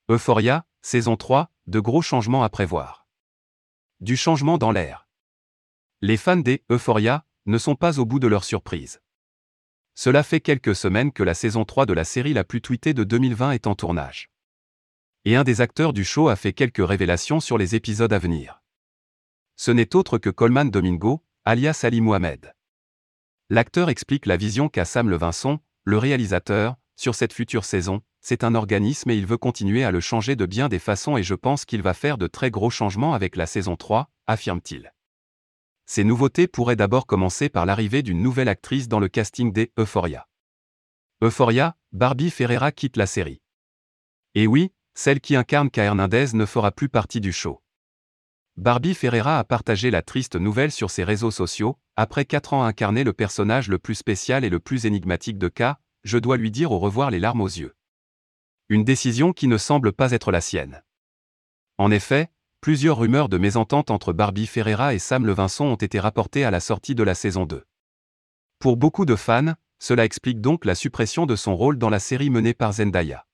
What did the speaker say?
Euphoria, saison 3, de gros changements à prévoir. Du changement dans l'air. Les fans des Euphoria ne sont pas au bout de leur surprise. Cela fait quelques semaines que la saison 3 de la série la plus tweetée de 2020 est en tournage. Et un des acteurs du show a fait quelques révélations sur les épisodes à venir. Ce n'est autre que Colman Domingo, alias Ali Mohamed. L'acteur explique la vision qu'a Sam Levinson, le réalisateur, sur cette future saison. C'est un organisme et il veut continuer à le changer de bien des façons et je pense qu'il va faire de très gros changements avec la saison 3, affirme-t-il. Ces nouveautés pourraient d'abord commencer par l'arrivée d'une nouvelle actrice dans le casting des Euphoria. Euphoria, Barbie Ferreira quitte la série. Et oui, celle qui incarne K. Hernandez ne fera plus partie du show. Barbie Ferreira a partagé la triste nouvelle sur ses réseaux sociaux. Après 4 ans à incarner le personnage le plus spécial et le plus énigmatique de K, je dois lui dire au revoir les larmes aux yeux. Une décision qui ne semble pas être la sienne. En effet, plusieurs rumeurs de mésentente entre Barbie Ferreira et Sam Levinson ont été rapportées à la sortie de la saison 2. Pour beaucoup de fans, cela explique donc la suppression de son rôle dans la série menée par Zendaya.